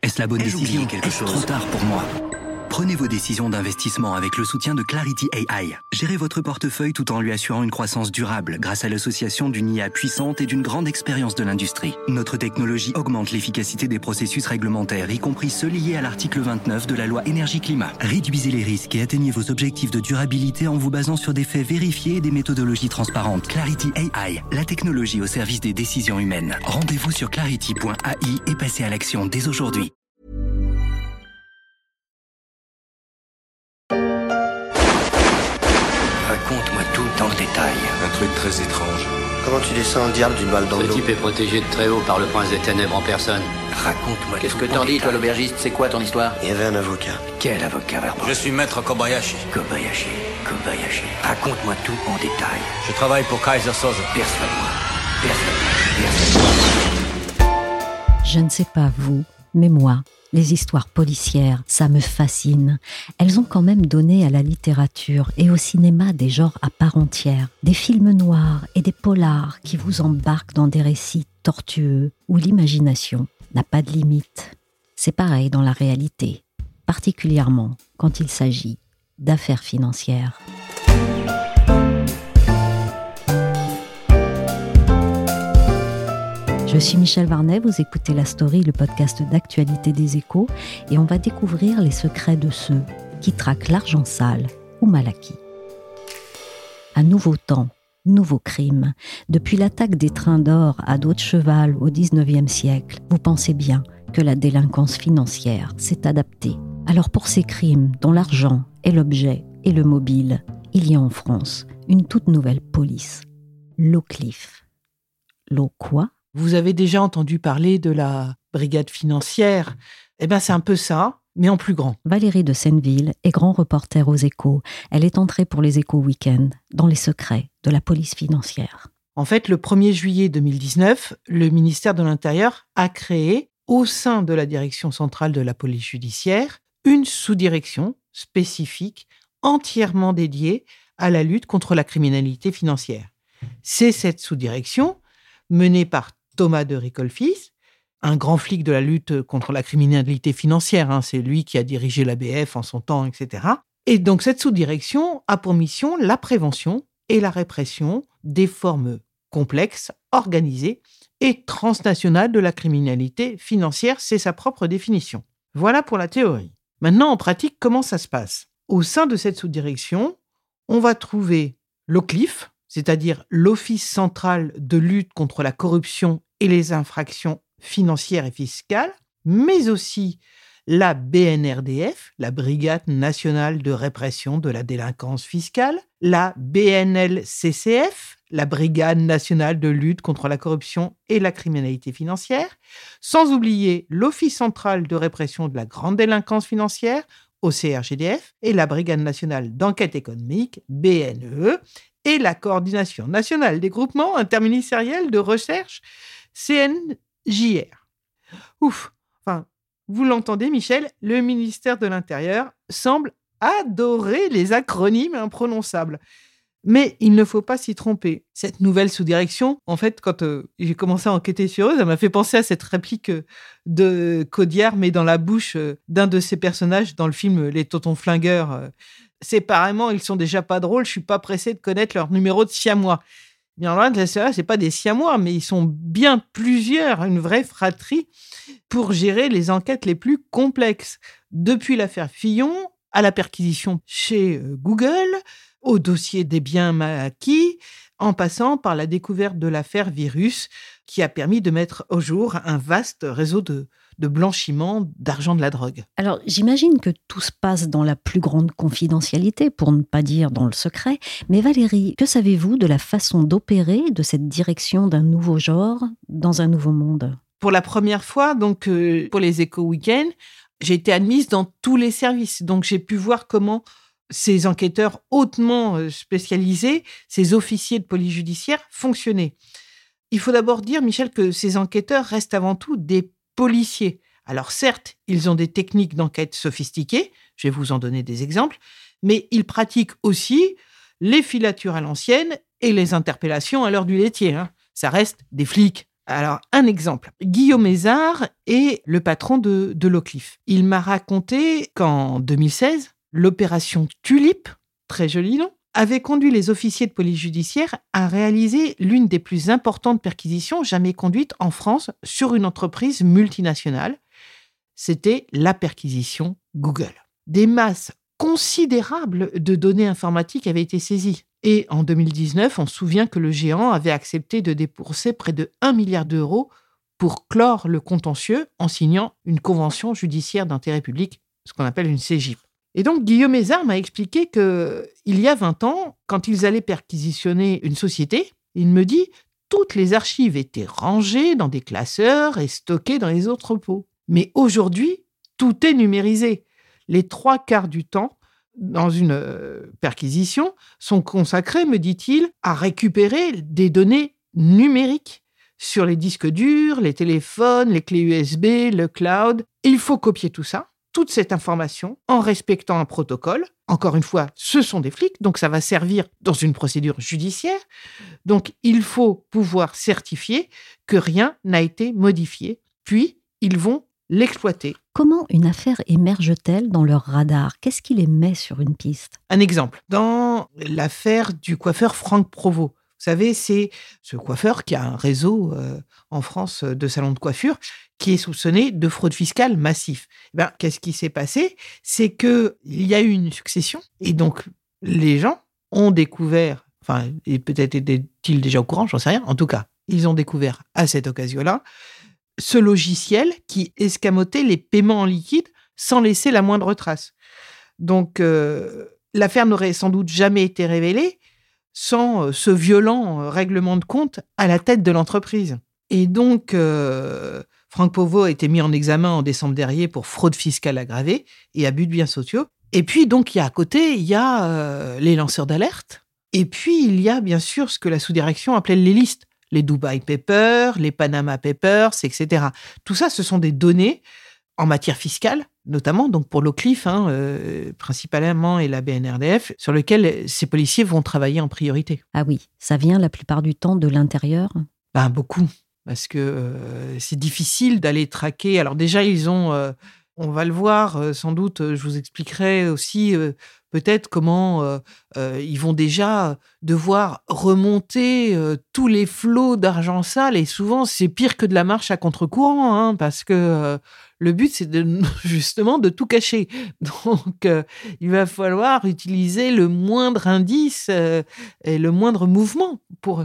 Est-ce la bonne décision? Est-ce trop tard pour moi? Prenez vos décisions d'investissement avec le soutien de Clarity AI. Gérez votre portefeuille tout en lui assurant une croissance durable grâce à l'association d'une IA puissante et d'une grande expérience de l'industrie. Notre technologie augmente l'efficacité des processus réglementaires, y compris ceux liés à l'article 29 de la loi Énergie-Climat. Réduisez les risques et atteignez vos objectifs de durabilité en vous basant sur des faits vérifiés et des méthodologies transparentes. Clarity AI, la technologie au service des décisions humaines. Rendez-vous sur clarity.ai et passez à l'action dès aujourd'hui. Raconte-moi tout dans le détail. Un truc très étrange. Comment tu descends un diable d'une balle dans le dos? Le type est protégé de très haut par le prince des ténèbres en personne. Raconte-moi. Qu'est-ce que t'en dis, toi, l'aubergiste? C'est quoi ton histoire? Il y avait un avocat. Quel avocat, Vermont? Je suis maître Kobayashi. Kobayashi. Raconte-moi tout en détail. Je travaille pour Kaiser Soze. Persuade-moi. Je ne sais pas vous, mais moi, les histoires policières, ça me fascine. Elles ont quand même donné à la littérature et au cinéma des genres à part entière, des films noirs et des polars qui vous embarquent dans des récits tortueux où l'imagination n'a pas de limite. C'est pareil dans la réalité, particulièrement quand il s'agit d'affaires financières. Je suis Michel Varnet, vous écoutez La Story, le podcast d'actualité des Échos, et on va découvrir les secrets de ceux qui traquent l'argent sale ou mal acquis. Un nouveau temps, nouveau crime. Depuis l'attaque des trains d'or à dos de cheval au XIXe siècle, vous pensez bien que la délinquance financière s'est adaptée. Alors pour ces crimes dont l'argent est l'objet et le mobile, il y a en France une toute nouvelle police, l'Oclif. L'eau quoi ? Vous avez déjà entendu parler de la brigade financière. Eh bien, c'est un peu ça, mais en plus grand. Valérie de Senneville est grand reporter aux Échos. Elle est entrée pour les Échos Week-end dans les secrets de la police financière. En fait, le 1er juillet 2019, le ministère de l'Intérieur a créé, au sein de la direction centrale de la police judiciaire, une sous-direction spécifique, entièrement dédiée à la lutte contre la criminalité financière. C'est cette sous-direction, menée par Thomas de Ricolfis, un grand flic de la lutte contre la criminalité financière. C'est lui qui a dirigé l'ABF en son temps, etc. Et donc, cette sous-direction a pour mission la prévention et la répression des formes complexes, organisées et transnationales de la criminalité financière. C'est sa propre définition. Voilà pour la théorie. Maintenant, en pratique, comment ça se passe? Au sein de cette sous-direction, on va trouver l'OCLIF, c'est-à-dire l'Office central de lutte contre la corruption et les infractions financières et fiscales, mais aussi la BNRDF, la Brigade nationale de répression de la délinquance fiscale, la BNLCCF, la Brigade nationale de lutte contre la corruption et la criminalité financière, sans oublier l'Office central de répression de la grande délinquance financière, OCRGDF, et la Brigade nationale d'enquête économique, BNE, et la Coordination nationale des groupements interministériels de recherche, CNJR. Ouf, enfin, vous l'entendez, Michel, le ministère de l'Intérieur semble adorer les acronymes imprononçables. Mais il ne faut pas s'y tromper. Cette nouvelle sous-direction, en fait, quand j'ai commencé à enquêter sur eux, ça m'a fait penser à cette réplique de Caudière, mais dans la bouche d'un de ses personnages dans le film Les Tontons Flingueurs. Séparément, ils sont déjà pas drôles, je suis pas pressé de connaître leur numéro de siamois. Bien loin de ça, c'est pas des siamois, mais ils sont bien plusieurs, une vraie fratrie, pour gérer les enquêtes les plus complexes. Depuis l'affaire Fillon, à la perquisition chez Google, au dossier des biens mal acquis, en passant par la découverte de l'affaire Virus, qui a permis de mettre au jour un vaste réseau de blanchiment d'argent de la drogue. Alors, j'imagine que tout se passe dans la plus grande confidentialité, pour ne pas dire dans le secret. Mais Valérie, que savez-vous de la façon d'opérer de cette direction d'un nouveau genre dans un nouveau monde? Pour la première fois, donc pour les Échos Week-end, j'ai été admise dans tous les services. Donc, j'ai pu voir comment ces enquêteurs hautement spécialisés, ces officiers de police judiciaire, fonctionnaient. Il faut d'abord dire, Michel, que ces enquêteurs restent avant tout des policiers. Alors certes, ils ont des techniques d'enquête sophistiquées, je vais vous en donner des exemples, mais ils pratiquent aussi les filatures à l'ancienne et les interpellations à l'heure du laitier. Ça reste des flics Alors, un exemple. Guillaume Mézard est le patron de Locliff. Il m'a raconté qu'en 2016, l'opération Tulipe, très joli nom, avait conduit les officiers de police judiciaire à réaliser l'une des plus importantes perquisitions jamais conduites en France sur une entreprise multinationale. C'était la perquisition Google. Des masses considérables de données informatiques avaient été saisies. Et en 2019, on se souvient que le géant avait accepté de débourser près de 1 milliard d'euros pour clore le contentieux en signant une convention judiciaire d'intérêt public, ce qu'on appelle une CJIP. Et donc, Guillaume Mézard m'a expliqué qu'il y a 20 ans, quand ils allaient perquisitionner une société, il me dit « toutes les archives étaient rangées dans des classeurs et stockées dans les entrepôts. Mais aujourd'hui, tout est numérisé. Les 3/4 du temps, dans une perquisition, sont consacrés, me dit-il, à récupérer des données numériques sur les disques durs, les téléphones, les clés USB, le cloud. Et il faut copier tout ça, toute cette information, en respectant un protocole. Encore une fois, ce sont des flics, donc ça va servir dans une procédure judiciaire. Donc, il faut pouvoir certifier que rien n'a été modifié. Puis, ils vont l'exploiter. Comment une affaire émerge-t-elle dans leur radar ? Qu'est-ce qui les met sur une piste ? Un exemple, dans l'affaire du coiffeur Franck Provost. Vous savez, c'est ce coiffeur qui a un réseau en France de salons de coiffure qui est soupçonné de fraude fiscale massive. Qu'est-ce qui s'est passé ? C'est qu'il y a eu une succession et donc les gens ont découvert, et peut-être étaient-ils déjà au courant, j'en sais rien, en tout cas, ils ont découvert à cette occasion-là ce logiciel qui escamotait les paiements en liquide sans laisser la moindre trace. Donc, l'affaire n'aurait sans doute jamais été révélée sans ce violent règlement de compte à la tête de l'entreprise. Et donc, Franck Provost a été mis en examen en décembre dernier pour fraude fiscale aggravée et abus de biens sociaux. Et puis, donc, à côté, il y a les lanceurs d'alerte. Et puis, il y a bien sûr ce que la sous-direction appelait les listes. Les Dubai Papers, les Panama Papers, etc. Tout ça, ce sont des données en matière fiscale, notamment donc pour Locliff, principalement, et la BNRDF, sur lesquels ces policiers vont travailler en priorité. Ah oui, ça vient la plupart du temps de l'intérieur ? Beaucoup, parce que c'est difficile d'aller traquer. Alors déjà, ils ont... on va le voir, sans doute, je vous expliquerai aussi peut-être comment ils vont déjà devoir remonter tous les flots d'argent sale. Et souvent, c'est pire que de la marche à contre-courant, parce que le but, c'est justement de tout cacher. Donc, il va falloir utiliser le moindre indice et le moindre mouvement pour eux.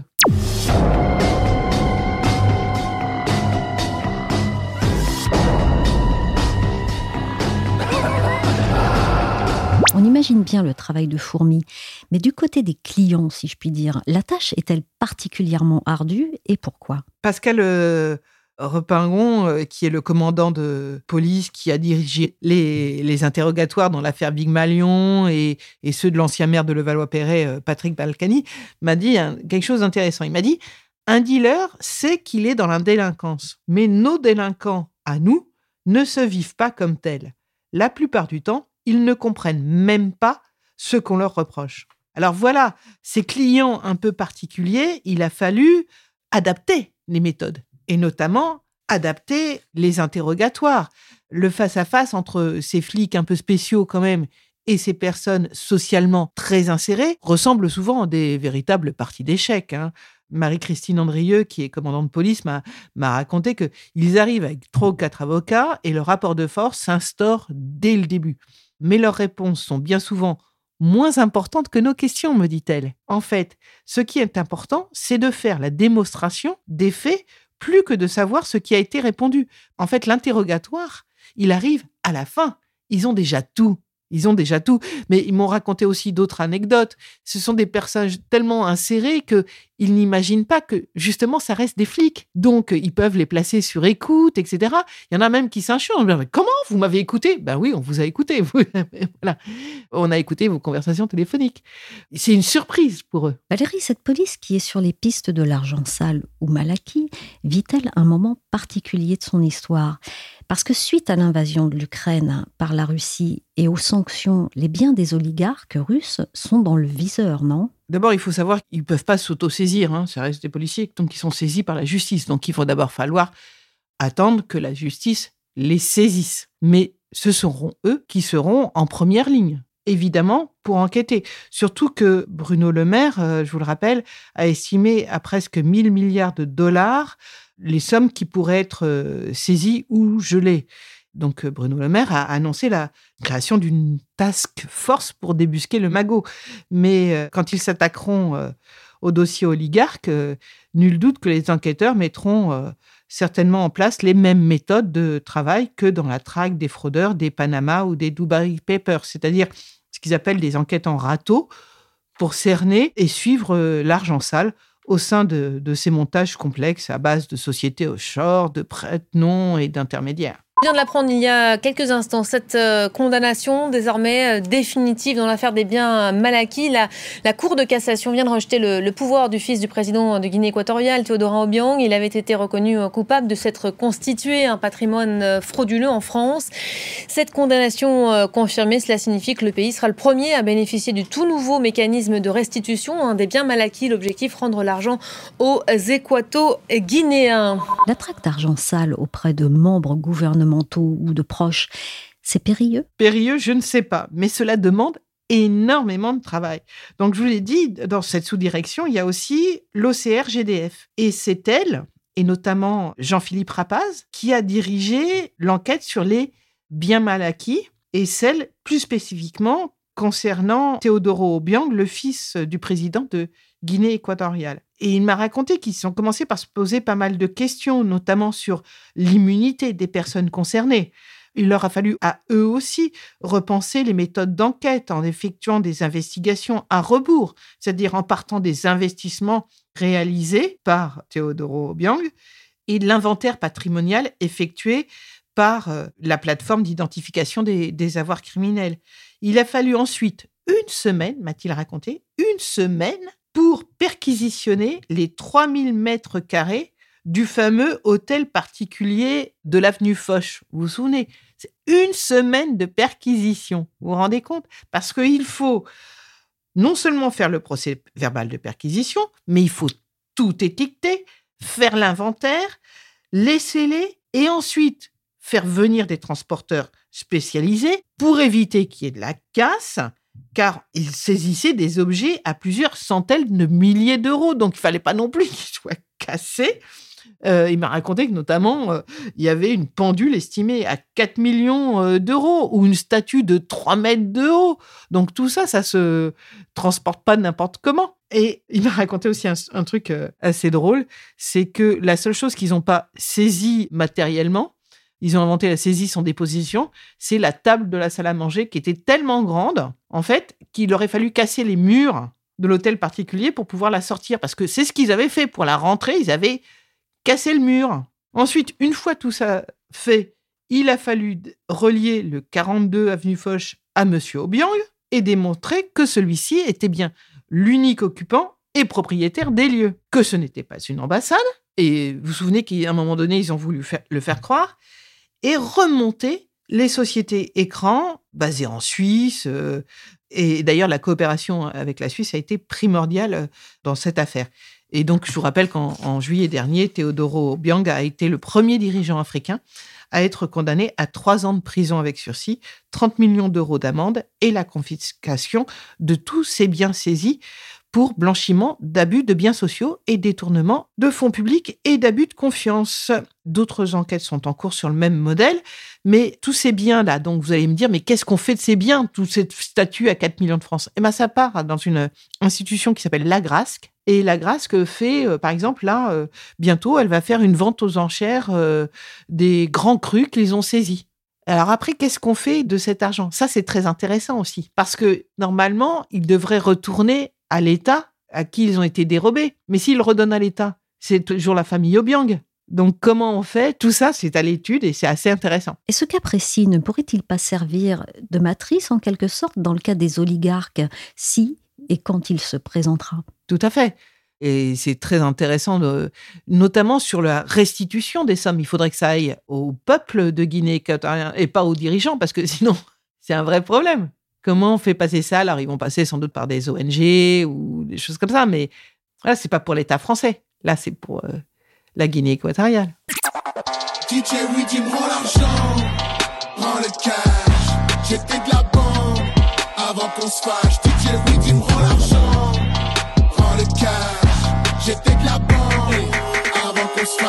On imagine bien le travail de fourmi, mais du côté des clients, si je puis dire, la tâche est-elle particulièrement ardue et pourquoi ? Pascal Repingon, qui est le commandant de police qui a dirigé les interrogatoires dans l'affaire Big Malion et ceux de l'ancien maire de Levallois-Perret, Patrick Balkany, m'a dit quelque chose d'intéressant. Il m'a dit « Un dealer sait qu'il est dans la délinquance, mais nos délinquants, à nous, ne se vivent pas comme tels. La plupart du temps, ils ne comprennent même pas ce qu'on leur reproche. » Alors voilà, ces clients un peu particuliers, il a fallu adapter les méthodes et notamment adapter les interrogatoires. Le face-à-face entre ces flics un peu spéciaux quand même et ces personnes socialement très insérées ressemble souvent à des véritables parties d'échecs. Marie-Christine Andrieux, qui est commandante de police, m'a raconté qu'ils arrivent avec 3 ou 4 avocats et le rapport de force s'instaure dès le début. Mais leurs réponses sont bien souvent moins importantes que nos questions, me dit-elle. En fait, ce qui est important, c'est de faire la démonstration des faits plus que de savoir ce qui a été répondu. En fait, l'interrogatoire, il arrive à la fin. Ils ont déjà tout. Mais ils m'ont raconté aussi d'autres anecdotes. Ce sont des personnages tellement insérés qu'ils n'imaginent pas que, justement, ça reste des flics. Donc, ils peuvent les placer sur écoute, etc. Il y en a même qui s'insurgent. « Comment vous m'avez écouté ?» Ben oui, on vous a écouté. Voilà. On a écouté vos conversations téléphoniques. C'est une surprise pour eux. Valérie, cette police qui est sur les pistes de l'argent sale ou mal acquis, vit-elle un moment particulier de son histoire ? Parce que suite à l'invasion de l'Ukraine par la Russie et aux sanctions, les biens des oligarques russes sont dans le viseur, non ? D'abord, il faut savoir qu'ils ne peuvent pas s'autosaisir. Ça reste des policiers, donc ils sont saisis par la justice. Donc, il va d'abord falloir attendre que la justice les saisisse. Mais ce seront eux qui seront en première ligne, évidemment, pour enquêter. Surtout que Bruno Le Maire, je vous le rappelle, a estimé à presque 1 000 milliards de dollars les sommes qui pourraient être saisies ou gelées. Donc, Bruno Le Maire a annoncé la création d'une task force pour débusquer le magot. Mais quand ils s'attaqueront au dossier oligarque, nul doute que les enquêteurs mettront certainement en place les mêmes méthodes de travail que dans la traque des fraudeurs des Panama ou des Dubai Papers, c'est-à-dire ce qu'ils appellent des enquêtes en râteau pour cerner et suivre l'argent sale au sein de ces montages complexes à base de sociétés offshore, de prête-noms et d'intermédiaires. On vient de l'apprendre il y a quelques instants, cette condamnation désormais définitive dans l'affaire des biens mal acquis. La Cour de cassation vient de rejeter le pouvoir du fils du président de Guinée équatoriale, Théodore Obiang. Il avait été reconnu coupable de s'être constitué un patrimoine frauduleux en France. Cette condamnation confirmée, cela signifie que le pays sera le premier à bénéficier du tout nouveau mécanisme de restitution des biens mal acquis. L'objectif, rendre l'argent aux Équato-Guinéens. La traque d'argent sale auprès de membres gouvernementaux ou de proches, c'est périlleux ? Périlleux, je ne sais pas, mais cela demande énormément de travail. Donc, je vous l'ai dit, dans cette sous-direction, il y a aussi l'OCR-GDF. Et c'est elle, et notamment Jean-Philippe Rapaz, qui a dirigé l'enquête sur les biens mal acquis, et celle, plus spécifiquement, concernant Teodoro Obiang, le fils du président de Guinée équatoriale. Et il m'a raconté qu'ils ont commencé par se poser pas mal de questions, notamment sur l'immunité des personnes concernées. Il leur a fallu à eux aussi repenser les méthodes d'enquête en effectuant des investigations à rebours, c'est-à-dire en partant des investissements réalisés par Teodoro Obiang et de l'inventaire patrimonial effectué par la plateforme d'identification des avoirs criminels. Il a fallu ensuite 1 semaine, m'a-t-il raconté, 1 semaine pour perquisitionner les 3000 mètres carrés du fameux hôtel particulier de l'avenue Foch. Vous vous souvenez ? C'est 1 semaine de perquisition. Vous vous rendez compte ? Parce qu'il faut non seulement faire le procès verbal de perquisition, mais il faut tout étiqueter, faire l'inventaire, les sceller et ensuite faire venir des transporteurs spécialisés pour éviter qu'il y ait de la casse, car ils saisissaient des objets à plusieurs centaines de milliers d'euros. Donc, il ne fallait pas non plus qu'ils soient cassés. Il m'a raconté que, notamment, il y avait une pendule estimée à 4 millions d'euros ou une statue de 3 mètres de haut. Donc, tout ça, ça ne se transporte pas n'importe comment. Et il m'a raconté aussi un truc assez drôle, c'est que la seule chose qu'ils n'ont pas saisie matériellement, ils ont inventé la saisie sans déposition, c'est la table de la salle à manger qui était tellement grande, en fait, qu'il aurait fallu casser les murs de l'hôtel particulier pour pouvoir la sortir. Parce que c'est ce qu'ils avaient fait pour la rentrée, ils avaient cassé le mur. Ensuite, une fois tout ça fait, il a fallu relier le 42 avenue Foch à M. Obiang et démontrer que celui-ci était bien l'unique occupant et propriétaire des lieux, que ce n'était pas une ambassade. Et vous vous souvenez qu'à un moment donné, ils ont voulu le faire croire, et remonter les sociétés écrans basées en Suisse. Et d'ailleurs, la coopération avec la Suisse a été primordiale dans cette affaire. Et donc, je vous rappelle qu'en juillet dernier, Teodoro Obiang a été le premier dirigeant africain à être condamné à 3 ans de prison avec sursis, 30 millions d'euros d'amende et la confiscation de tous ses biens saisis pour blanchiment d'abus de biens sociaux et détournement de fonds publics et d'abus de confiance. D'autres enquêtes sont en cours sur le même modèle, mais tous ces biens-là, donc vous allez me dire, mais qu'est-ce qu'on fait de ces biens, toute cette statue à 4 millions de francs ? Eh bien, ça part dans une institution qui s'appelle l'Agrasc. Et l'Agrasc fait, par exemple, là, bientôt, elle va faire une vente aux enchères des grands crus qu'ils ont saisis. Alors après, qu'est-ce qu'on fait de cet argent ? Ça, c'est très intéressant aussi, parce que normalement, ils devraient retourner à l'État à qui ils ont été dérobés. Mais s'ils le redonnent à l'État, c'est toujours la famille Obiang. Donc, comment on fait ? Tout ça, c'est à l'étude et c'est assez intéressant. Et ce cas précis ne pourrait-il pas servir de matrice, en quelque sorte, dans le cas des oligarques, si et quand il se présentera ? Tout à fait. Et c'est très intéressant, notamment sur la restitution des sommes. Il faudrait que ça aille au peuple de Guinée équatoriale et pas aux dirigeants, parce que sinon, c'est un vrai problème. Comment on fait passer ça? Alors, ils vont passer sans doute par des ONG ou des choses comme ça, mais là, c'est pas pour l'État français. Là, c'est pour la Guinée équatoriale. DJ Weedy me rend l'argent, prends le cash, j'étais de la bande avant qu'on se fâche. DJ Weedy me rend l'argent, prends le cash, j'étais de la bande avant qu'on se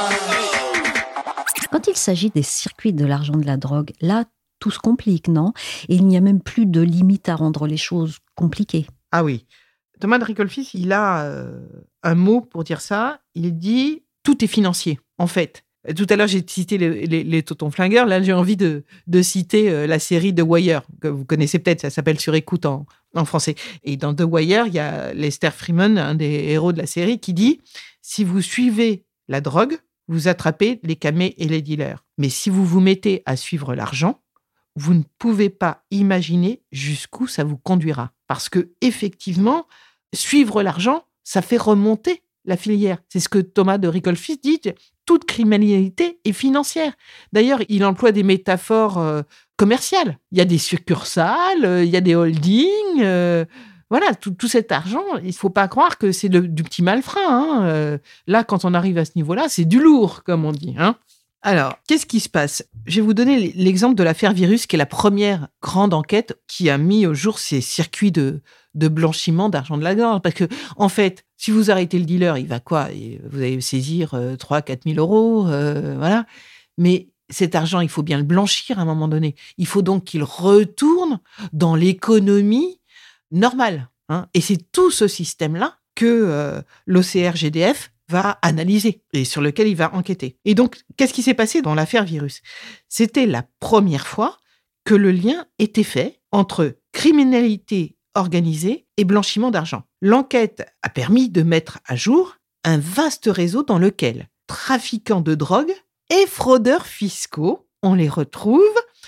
fâche. Quand il s'agit des circuits de l'argent de la drogue, là, tout se complique, non? Et il n'y a même plus de limite à rendre les choses compliquées. Ah oui. Thomas de Ricolfis, il a un mot pour dire ça. Il dit « tout est financier », en fait. Tout à l'heure, j'ai cité les tontons flingueurs. Là, j'ai envie de citer la série The Wire, que vous connaissez peut-être. Ça s'appelle Sur écoute en français. Et dans The Wire, il y a Lester Freeman, un des héros de la série, qui dit « si vous suivez la drogue, vous attrapez les camés et les dealers. Mais si vous vous mettez à suivre l'argent, vous ne pouvez pas imaginer jusqu'où ça vous conduira. Parce que effectivement, suivre l'argent, ça fait remonter la filière. C'est ce que Thomas de Ricolfis dit. Toute criminalité est financière. D'ailleurs, il emploie des métaphores commerciales. Il y a des succursales, il y a des holdings. Voilà, tout cet argent, il ne faut pas croire que c'est du petit malfrat. Là, quand on arrive à ce niveau-là, c'est du lourd, comme on dit. Alors, qu'est-ce qui se passe? Je vais vous donner l'exemple de l'affaire Virus, qui est la première grande enquête qui a mis au jour ces circuits de blanchiment d'argent de la drogue. Parce que, en fait, si vous arrêtez le dealer, il va quoi? Vous allez saisir 3-4 000 euros, voilà. Mais cet argent, il faut bien le blanchir à un moment donné. Il faut donc qu'il retourne dans l'économie normale. Et c'est tout ce système-là que l'OCR-GDF va analyser et sur lequel il va enquêter. Et donc, qu'est-ce qui s'est passé dans l'affaire Virus? C'était la première fois que le lien était fait entre criminalité organisée et blanchiment d'argent. L'enquête a permis de mettre à jour un vaste réseau dans lequel trafiquants de drogue et fraudeurs fiscaux, on les retrouve,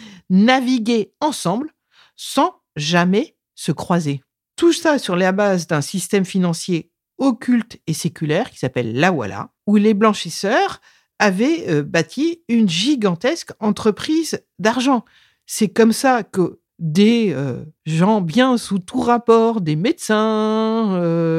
naviguer ensemble sans jamais se croiser. Tout ça sur la base d'un système financier occulte et séculaire qui s'appelle Lawala, où les blanchisseurs avaient bâti une gigantesque entreprise d'argent. C'est comme ça que des gens bien sous tout rapport, des médecins,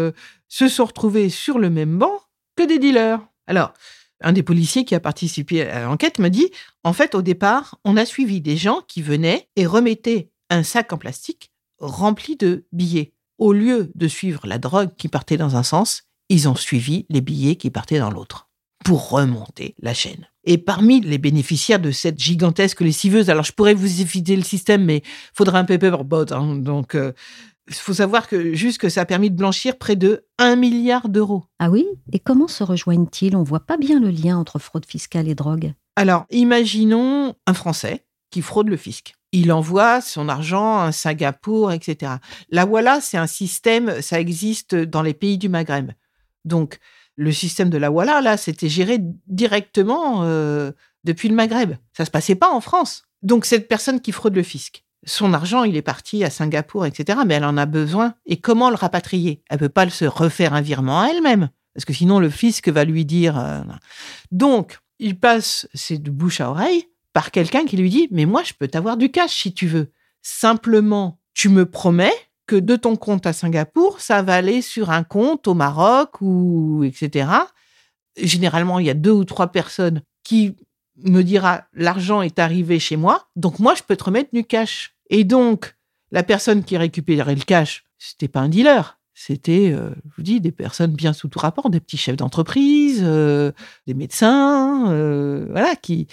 se sont retrouvés sur le même banc que des dealers. Alors, un des policiers qui a participé à l'enquête me dit, en fait, au départ, on a suivi des gens qui venaient et remettaient un sac en plastique rempli de billets. Au lieu de suivre la drogue qui partait dans un sens, ils ont suivi les billets qui partaient dans l'autre pour remonter la chaîne. Et parmi les bénéficiaires de cette gigantesque lessiveuse, alors je pourrais vous citer le système, mais il faudra un paperboard. Donc, il faut savoir que ça a permis de blanchir près de 1 milliard d'euros. Ah oui? Et comment se rejoignent-ils? On ne voit pas bien le lien entre fraude fiscale et drogue. Alors, imaginons un Français qui fraude le fisc. Il envoie son argent à Singapour, etc. La Wala, c'est un système, ça existe dans les pays du Maghreb. Donc, le système de la Wala, là, c'était géré directement depuis le Maghreb. Ça ne se passait pas en France. Donc, cette personne qui fraude le fisc, son argent, il est parti à Singapour, etc. Mais elle en a besoin. Et comment le rapatrier? Elle ne peut pas se refaire un virement à elle-même. Parce que sinon, le fisc va lui dire... Donc, il passe, c'est de bouche à oreille, par quelqu'un qui lui dit « Mais moi, je peux t'avoir du cash si tu veux. Simplement, tu me promets que de ton compte à Singapour, ça va aller sur un compte au Maroc, ou etc. » Généralement, il y a 2 ou 3 personnes qui me dira « L'argent est arrivé chez moi, donc moi, je peux te remettre du cash. » Et donc, la personne qui récupérait le cash, c'était pas un dealer. C'était, je vous dis, des personnes bien sous tout rapport, des petits chefs d'entreprise, des médecins, voilà,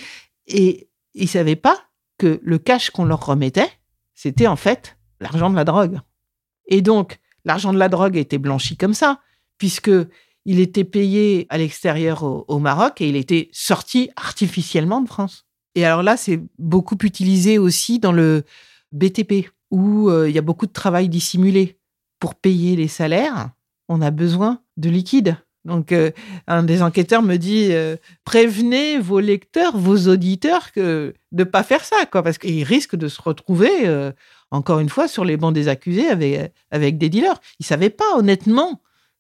Et ils ne savaient pas que le cash qu'on leur remettait, c'était en fait l'argent de la drogue. Et donc, l'argent de la drogue était blanchi comme ça, puisqu'il était payé à l'extérieur au Maroc et il était sorti artificiellement de France. Et alors là, c'est beaucoup utilisé aussi dans le BTP, où il y a beaucoup de travail dissimulé. Pour payer les salaires, on a besoin de liquide. Donc, un des enquêteurs me dit prévenez vos lecteurs, vos auditeurs de ne pas faire ça, quoi, parce qu'ils risquent de se retrouver, encore une fois, sur les bancs des accusés avec des dealers. Ils ne savaient pas, honnêtement,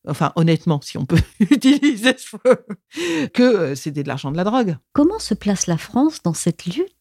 si on peut utiliser ce mot, que c'était de l'argent de la drogue. Comment se place la France dans cette lutte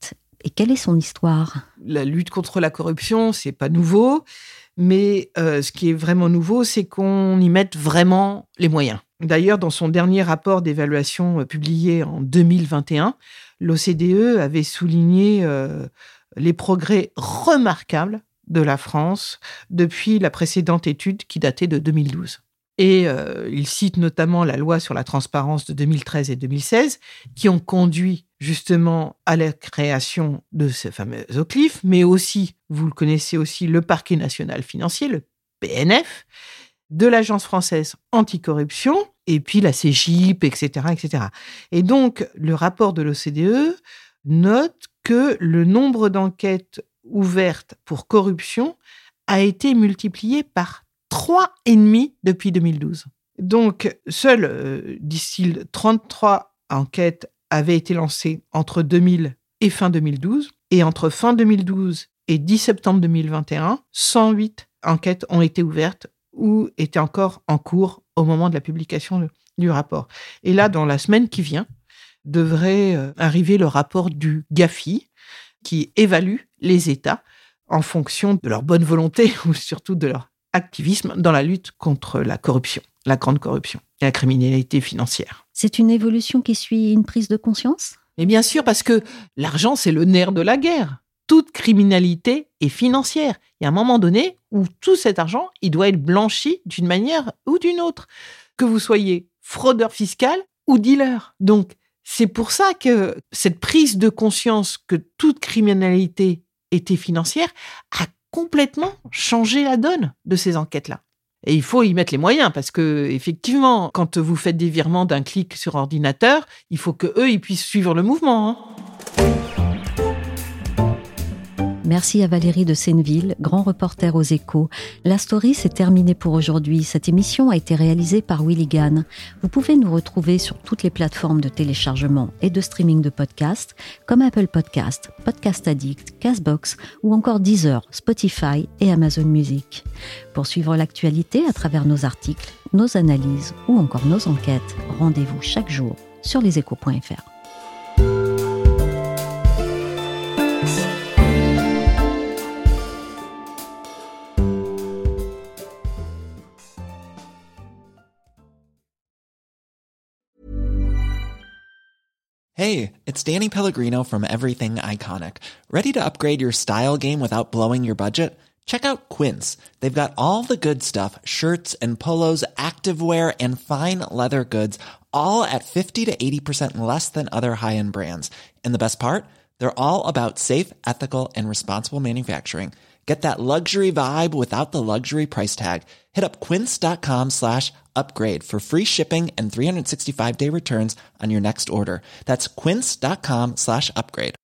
Et quelle est son histoire ? La lutte contre la corruption, c'est pas nouveau, mais ce qui est vraiment nouveau, c'est qu'on y mette vraiment les moyens. D'ailleurs, dans son dernier rapport d'évaluation publié en 2021, l'OCDE avait souligné les progrès remarquables de la France depuis la précédente étude qui datait de 2012. Et il cite notamment la loi sur la transparence de 2013 et 2016 qui ont conduit justement à la création de ce fameux OCLIF, mais aussi, vous le connaissez aussi, le parquet national financier, le PNF, de l'Agence française anticorruption, et puis la CGIP, etc., etc. Et donc, le rapport de l'OCDE note que le nombre d'enquêtes ouvertes pour corruption a été multiplié par 3,5 depuis 2012. Donc, seuls, disent-ils, 33 enquêtes avaient été lancées entre 2000 et fin 2012. Et entre fin 2012 et 10 septembre 2021, 108 enquêtes ont été ouvertes ou étaient encore en cours au moment de la publication du rapport. Et là, dans la semaine qui vient, devrait arriver le rapport du GAFI qui évalue les États en fonction de leur bonne volonté ou surtout de leur activisme dans la lutte contre la corruption, la grande corruption et la criminalité financière. C'est une évolution qui suit une prise de conscience ? Et bien sûr, parce que l'argent, c'est le nerf de la guerre. Toute criminalité est financière. Il y a un moment donné où tout cet argent, il doit être blanchi d'une manière ou d'une autre, que vous soyez fraudeur fiscal ou dealer. Donc, c'est pour ça que cette prise de conscience que toute criminalité était financière a complètement changé la donne de ces enquêtes-là. Et il faut y mettre les moyens parce que, effectivement, quand vous faites des virements d'un clic sur ordinateur, il faut qu'eux, ils puissent suivre le mouvement, hein. Merci à Valérie de Senneville, grand reporter aux Échos. La story, c'est terminé pour aujourd'hui. Cette émission a été réalisée par Willy Gann. Vous pouvez nous retrouver sur toutes les plateformes de téléchargement et de streaming de podcasts, comme Apple Podcasts, Podcast Addict, Castbox ou encore Deezer, Spotify et Amazon Music. Pour suivre l'actualité à travers nos articles, nos analyses ou encore nos enquêtes, rendez-vous chaque jour sur leséchos.fr. Hey, it's Danny Pellegrino from Everything Iconic. Ready to upgrade your style game without blowing your budget? Check out Quince. They've got all the good stuff, shirts and polos, activewear, and fine leather goods, all at 50 to 80% less than other high-end brands. And the best part? They're all about safe, ethical, and responsible manufacturing. Get that luxury vibe without the luxury price tag. Hit up quince.com/upgrade for free shipping and 365-day returns on your next order. That's quince.com/upgrade.